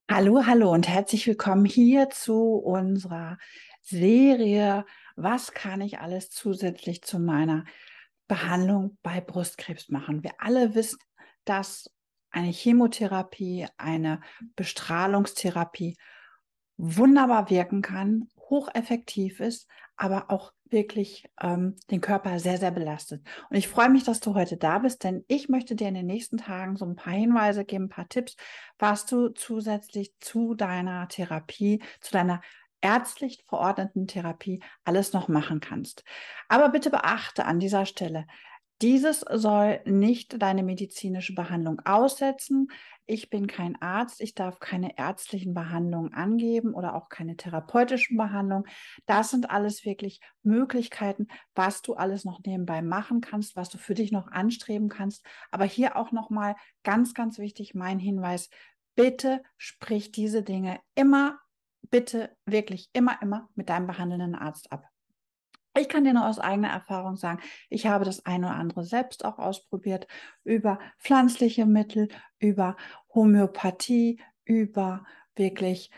Hallo, hallo und herzlich willkommen hier zu unserer Serie. Was kann ich alles zusätzlich zu meiner Behandlung bei Brustkrebs machen? Wir alle wissen, dass eine Chemotherapie, eine Bestrahlungstherapie wunderbar wirken kann, hocheffektiv ist, aber auch wirklich den Körper sehr, sehr belastet. Und ich freue mich, dass du heute da bist, denn ich möchte dir in den nächsten Tagen so ein paar Hinweise geben, ein paar Tipps, was du zusätzlich zu deiner Therapie, zu deiner ärztlich verordneten Therapie alles noch machen kannst. Aber bitte beachte an dieser Stelle, dieses soll nicht deine medizinische Behandlung aussetzen. Ich bin kein Arzt, ich darf keine ärztlichen Behandlungen angeben oder auch keine therapeutischen Behandlungen. Das sind alles wirklich Möglichkeiten, was du alles noch nebenbei machen kannst, was du für dich noch anstreben kannst. Aber hier auch nochmal ganz, ganz wichtig mein Hinweis. Bitte sprich diese Dinge immer, bitte wirklich immer mit deinem behandelnden Arzt ab. Ich kann dir nur aus eigener Erfahrung sagen, ich habe das eine oder andere selbst auch ausprobiert über pflanzliche Mittel, über Homöopathie, über wirklich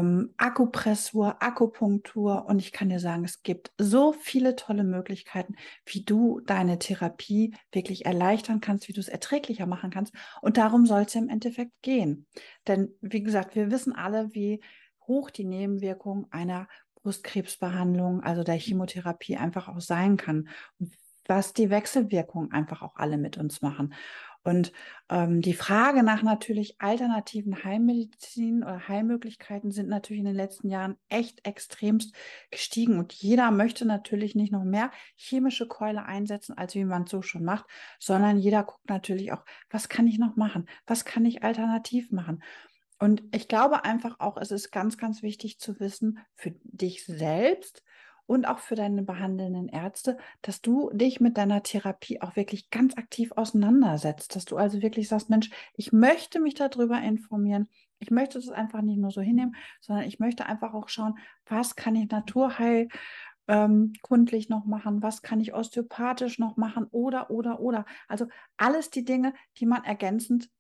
Akupressur, Akupunktur. Und ich kann dir sagen, es gibt so viele tolle Möglichkeiten, wie du deine Therapie wirklich erleichtern kannst, wie du es erträglicher machen kannst. Und darum soll es ja im Endeffekt gehen. Denn wie gesagt, wir wissen alle, wie hoch die Nebenwirkungen einer Brustkrebsbehandlung, also der Chemotherapie einfach auch sein kann. Und was die Wechselwirkungen einfach auch alle mit uns machen. Und die Frage nach natürlich alternativen Heilmedizin oder Heilmöglichkeiten sind natürlich in den letzten Jahren echt extremst gestiegen. Und jeder möchte natürlich nicht noch mehr chemische Keule einsetzen, als wie man es so schon macht, sondern jeder guckt natürlich auch, was kann ich noch machen? Was kann ich alternativ machen? Und ich glaube einfach auch, es ist ganz, ganz wichtig zu wissen für dich selbst und auch für deine behandelnden Ärzte, dass du dich mit deiner Therapie auch wirklich ganz aktiv auseinandersetzt, dass du also wirklich sagst, Mensch, ich möchte mich darüber informieren. Ich möchte das einfach nicht nur so hinnehmen, sondern ich möchte einfach auch schauen, was kann ich naturheil kundlich noch machen, was kann ich osteopathisch noch machen oder. Also alles die Dinge, die man ergänzend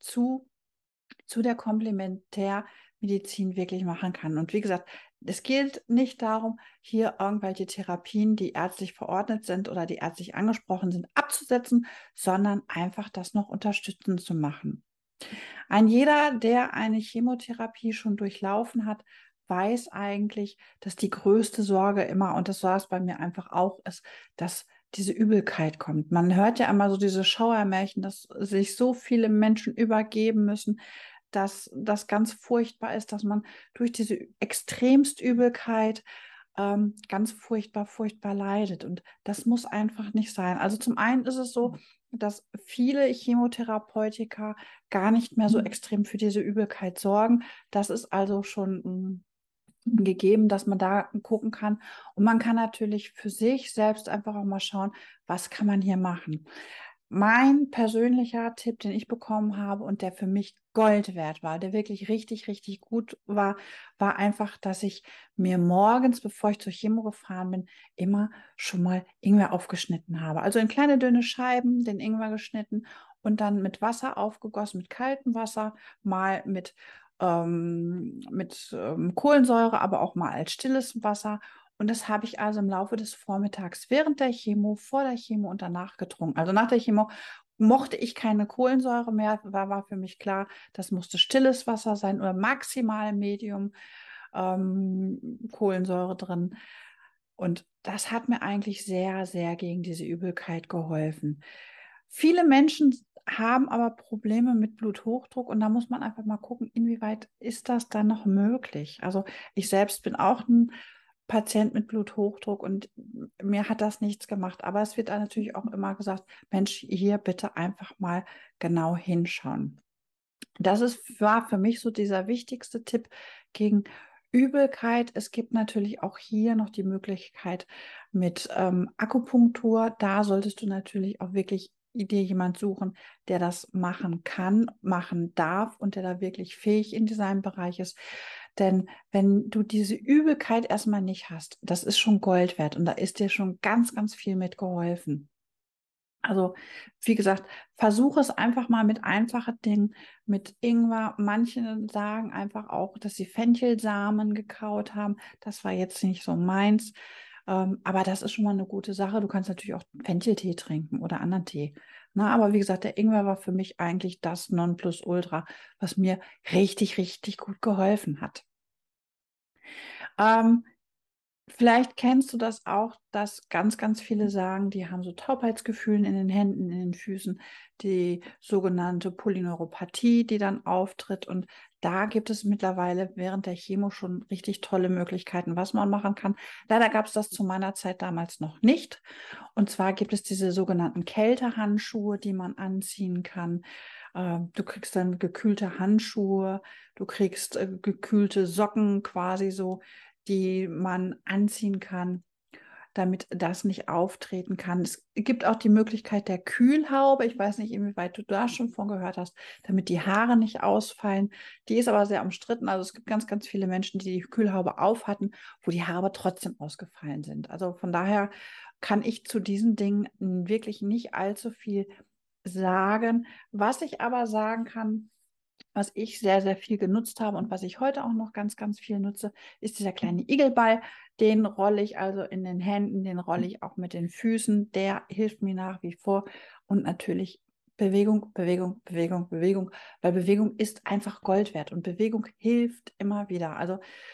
zu der Komplementärmedizin wirklich machen kann. Und wie gesagt, es geht nicht darum, hier irgendwelche Therapien, die ärztlich verordnet sind oder die ärztlich angesprochen sind, abzusetzen, sondern einfach das noch unterstützend zu machen. Ein jeder, der eine Chemotherapie schon durchlaufen hat, weiß eigentlich, dass die größte Sorge immer, und das war es bei mir einfach auch, ist, dass diese Übelkeit kommt. Man hört ja immer so diese Schauermärchen, dass sich so viele Menschen übergeben müssen, dass das ganz furchtbar ist, dass man durch diese extremst Übelkeit ganz furchtbar leidet. Und das muss einfach nicht sein. Also zum einen ist es so, dass viele Chemotherapeutika gar nicht mehr so extrem für diese Übelkeit sorgen. Das ist also schon gegeben, dass man da gucken kann. Und man kann natürlich für sich selbst einfach auch mal schauen, was kann man hier machen. Mein persönlicher Tipp, den ich bekommen habe und der für mich Gold wert war, der wirklich richtig gut war, war einfach, dass ich mir morgens, bevor ich zur Chemo gefahren bin, immer schon mal Ingwer aufgeschnitten habe. Also in kleine dünne Scheiben den Ingwer geschnitten und dann mit Wasser aufgegossen, mit kaltem Wasser, mal mit Kohlensäure, aber auch mal als stilles Wasser. Und das habe ich also im Laufe des Vormittags während der Chemo, vor der Chemo und danach getrunken. Also nach der Chemo mochte ich keine Kohlensäure mehr, war für mich klar, das musste stilles Wasser sein oder maximal Medium Kohlensäure drin. Und das hat mir eigentlich sehr gegen diese Übelkeit geholfen. Viele Menschen haben aber Probleme mit Bluthochdruck und da muss man einfach mal gucken, inwieweit ist das dann noch möglich. Also ich selbst bin auch ein Patient mit Bluthochdruck und mir hat das nichts gemacht. Aber es wird dann natürlich auch immer gesagt, Mensch, hier bitte einfach mal genau hinschauen. War für mich so dieser wichtigste Tipp gegen Übelkeit. Es gibt natürlich auch hier noch die Möglichkeit mit Akupunktur. Da solltest du natürlich auch wirklich dir jemand suchen, der das machen kann, machen darf und der da wirklich fähig in seinem Bereich ist. Denn wenn du diese Übelkeit erstmal nicht hast, das ist schon Gold wert und da ist dir schon ganz viel mit geholfen. Also, wie gesagt, versuche es einfach mal mit einfachen Dingen, mit Ingwer. Manche sagen einfach auch, dass sie Fenchelsamen gekaut haben. Das war jetzt nicht so meins. Aber das ist schon mal eine gute Sache. Du kannst natürlich auch Fencheltee trinken oder anderen Tee. Na, aber wie gesagt, der Ingwer war für mich eigentlich das Nonplusultra, was mir richtig, richtig gut geholfen hat. Ähm, Vielleicht kennst du das auch, dass ganz, ganz viele sagen, die haben so Taubheitsgefühle in den Händen, in den Füßen, die sogenannte Polyneuropathie, die dann auftritt. Und da gibt es mittlerweile während der Chemo schon richtig tolle Möglichkeiten, was man machen kann. Leider gab es das zu meiner Zeit damals noch nicht. Und zwar gibt es diese sogenannten Kältehandschuhe, die man anziehen kann. Du kriegst dann gekühlte Handschuhe, du kriegst gekühlte Socken quasi so, die man anziehen kann, damit das nicht auftreten kann. Es gibt auch die Möglichkeit der Kühlhaube. Ich weiß nicht, inwieweit du da schon von gehört hast, damit die Haare nicht ausfallen. Die ist aber sehr umstritten. Also es gibt ganz, ganz viele Menschen, die die Kühlhaube auf hatten, wo die Haare trotzdem ausgefallen sind. Also von daher kann ich zu diesen Dingen wirklich nicht allzu viel sagen. Was ich aber sagen kann, was ich sehr, sehr viel genutzt habe und was ich heute auch noch ganz, ganz viel nutze, ist dieser kleine Igelball. Den rolle ich also in den Händen, den rolle ich auch mit den Füßen. Der hilft mir nach wie vor. Und natürlich Bewegung, Bewegung, Bewegung, Bewegung, weil Bewegung ist einfach Gold wert und Bewegung hilft immer wieder. Also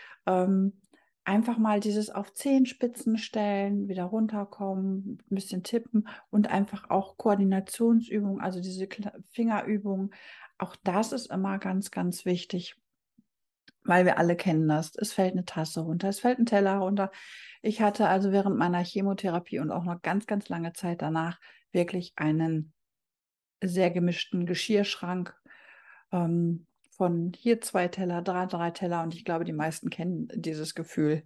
einfach mal dieses auf Zehenspitzen stellen, wieder runterkommen, ein bisschen tippen und einfach auch Koordinationsübungen, also diese Fingerübungen. Auch das ist immer ganz, ganz wichtig, weil wir alle kennen das. Es fällt eine Tasse runter, es fällt ein Teller runter. Ich hatte also während meiner Chemotherapie und auch noch ganz, ganz lange Zeit danach wirklich einen sehr gemischten Geschirrschrank. Von hier 2 Teller, drei Teller und ich glaube, die meisten kennen dieses Gefühl.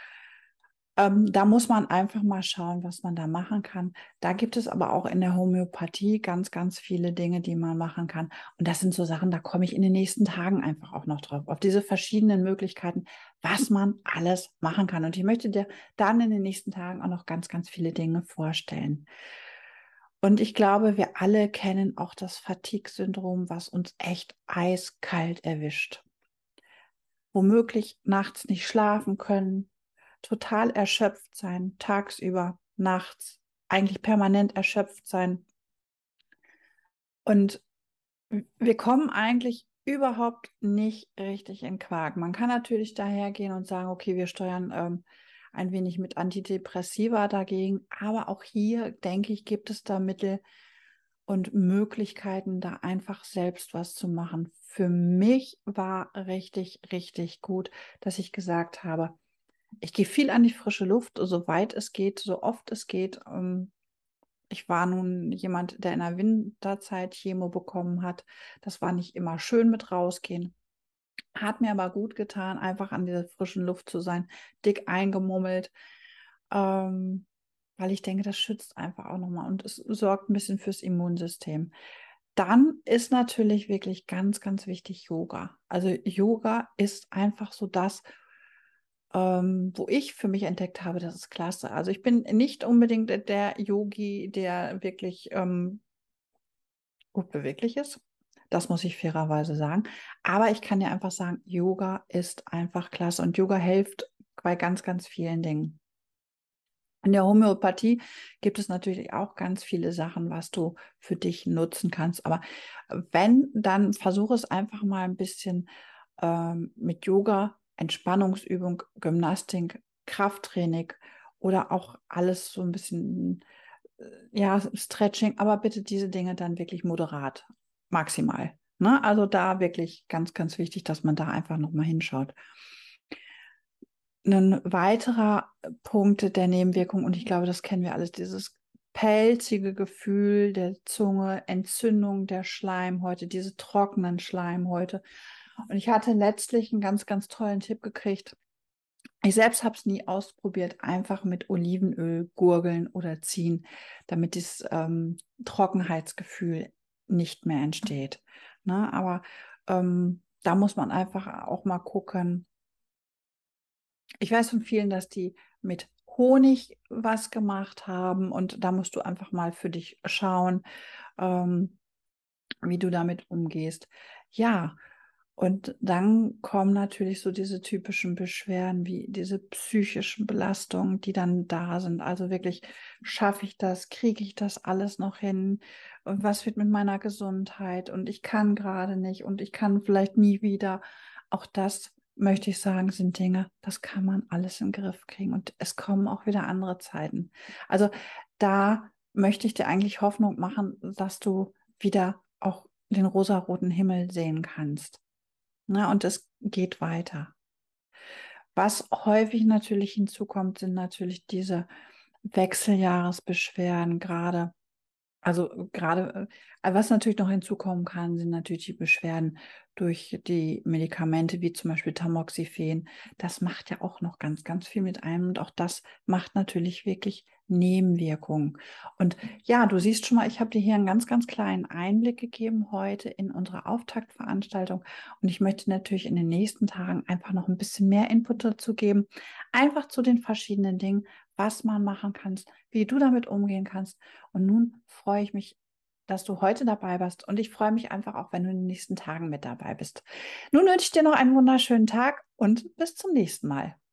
Da muss man einfach mal schauen, was man da machen kann. Da gibt es aber auch in der Homöopathie ganz, ganz viele Dinge, die man machen kann. Und das sind so Sachen, da komme ich in den nächsten Tagen einfach auch noch drauf, auf diese verschiedenen Möglichkeiten, was man alles machen kann. Und ich möchte dir dann in den nächsten Tagen auch noch ganz, ganz viele Dinge vorstellen. Und ich glaube, wir alle kennen auch das Fatigue-Syndrom, was uns echt eiskalt erwischt. Womöglich nachts nicht schlafen können, total erschöpft sein, tagsüber, nachts, eigentlich permanent erschöpft sein. Und wir kommen eigentlich überhaupt nicht richtig in Quark. Man kann natürlich dahergehen und sagen, okay, wir steuern ein wenig mit Antidepressiva dagegen, aber auch hier, denke ich, gibt es da Mittel und Möglichkeiten, da einfach selbst was zu machen. Für mich war richtig, richtig gut, dass ich gesagt habe, ich gehe viel an die frische Luft, soweit es geht, so oft es geht. Ich war nun jemand, der in der Winterzeit Chemo bekommen hat. Das war nicht immer schön mit rausgehen. Hat mir aber gut getan, einfach an dieser frischen Luft zu sein, dick eingemummelt, weil ich denke, das schützt einfach auch nochmal und es sorgt ein bisschen fürs Immunsystem. Dann ist natürlich wirklich ganz, ganz wichtig Yoga. Also Yoga ist einfach so das, wo ich für mich entdeckt habe, das ist klasse. Also ich bin nicht unbedingt der Yogi, der wirklich gut beweglich ist. Das muss ich fairerweise sagen. Aber ich kann dir einfach sagen, Yoga ist einfach klasse und Yoga hilft bei ganz, ganz vielen Dingen. In der Homöopathie gibt es natürlich auch ganz viele Sachen, was du für dich nutzen kannst. Aber wenn, dann versuche es einfach mal ein bisschen mit Yoga, Entspannungsübung, Gymnastik, Krafttraining oder auch alles so ein bisschen, ja, Stretching, aber bitte diese Dinge dann wirklich moderat, maximal. Ne? Also da wirklich ganz, ganz wichtig, dass man da einfach nochmal hinschaut. Ein weiterer Punkt der Nebenwirkung, und ich glaube, das kennen wir alles, dieses pelzige Gefühl der Zunge, Entzündung der Schleimhäute, diese trockenen Schleimhäute. Und ich hatte letztlich einen ganz, ganz tollen Tipp gekriegt. Ich selbst habe es nie ausprobiert, einfach mit Olivenöl gurgeln oder ziehen, damit das Trockenheitsgefühl nicht mehr entsteht. Ne? Aber da muss man einfach auch mal gucken. Ich weiß von vielen, dass die mit Honig was gemacht haben. Und da musst du einfach mal für dich schauen, wie du damit umgehst. Ja, und dann kommen natürlich so diese typischen Beschwerden wie diese psychischen Belastungen, die dann da sind. Also wirklich, schaffe ich das? Kriege ich das alles noch hin? Und was wird mit meiner Gesundheit? Und ich kann gerade nicht und ich kann vielleicht nie wieder. Auch das möchte ich sagen, sind Dinge, das kann man alles in den Griff kriegen. Und es kommen auch wieder andere Zeiten. Also da möchte ich dir eigentlich Hoffnung machen, dass du wieder auch den rosaroten Himmel sehen kannst. Na, und es geht weiter. Was häufig natürlich hinzukommt, sind natürlich diese Wechseljahresbeschwerden gerade. Also gerade, was natürlich noch hinzukommen kann, sind natürlich die Beschwerden durch die Medikamente, wie zum Beispiel Tamoxifen. Das macht ja auch noch ganz, ganz viel mit einem und auch das macht natürlich wirklich Nebenwirkungen. Und ja, du siehst schon mal, ich habe dir hier einen ganz, ganz kleinen Einblick gegeben heute in unsere Auftaktveranstaltung und ich möchte natürlich in den nächsten Tagen einfach noch ein bisschen mehr Input dazu geben, einfach zu den verschiedenen Dingen, was man machen kann, wie du damit umgehen kannst. Und nun freue ich mich, dass du heute dabei warst und ich freue mich einfach auch, wenn du in den nächsten Tagen mit dabei bist. Nun wünsche ich dir noch einen wunderschönen Tag und bis zum nächsten Mal.